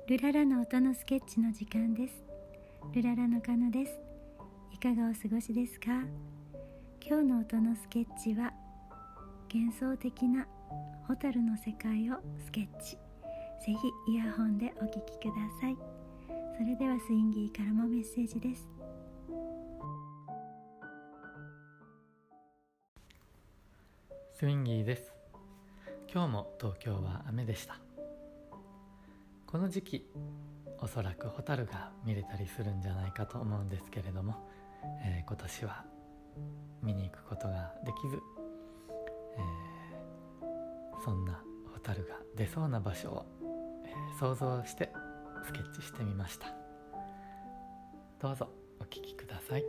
ルララの音のスケッチの時間です。ルララのカノです。いかがお過ごしですか？今日の音のスケッチは幻想的なホタルの世界をスケッチ。ぜひイヤホンでお聞きください。それではスインギーからもメッセージです。 スインギーです。今日も東京は雨でした。この時期おそらくホタルが見れたりするんじゃないかと思うんですけれども、今年は見に行くことができず、そんなホタルが出そうな場所を、想像してスケッチしてみました。どうぞお聞きください。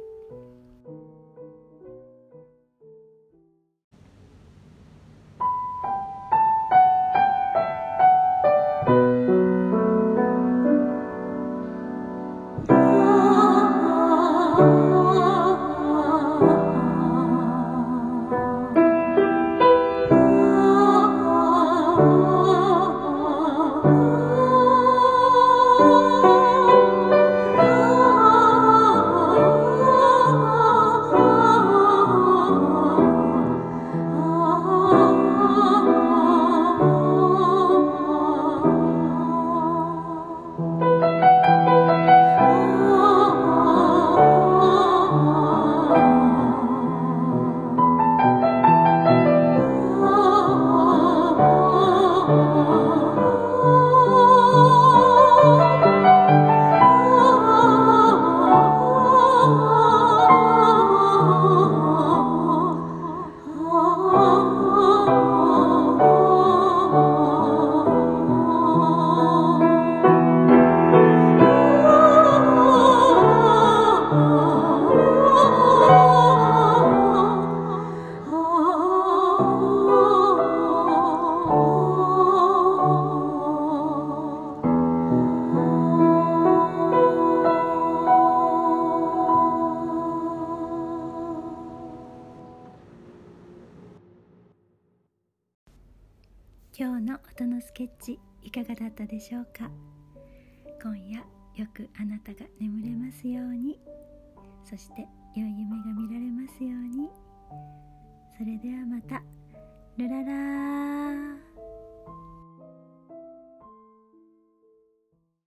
今日の音のスケッチいかがだったでしょうか？今夜よくあなたが眠れますように、そして良い夢が見られますように。それではまた。ルララー。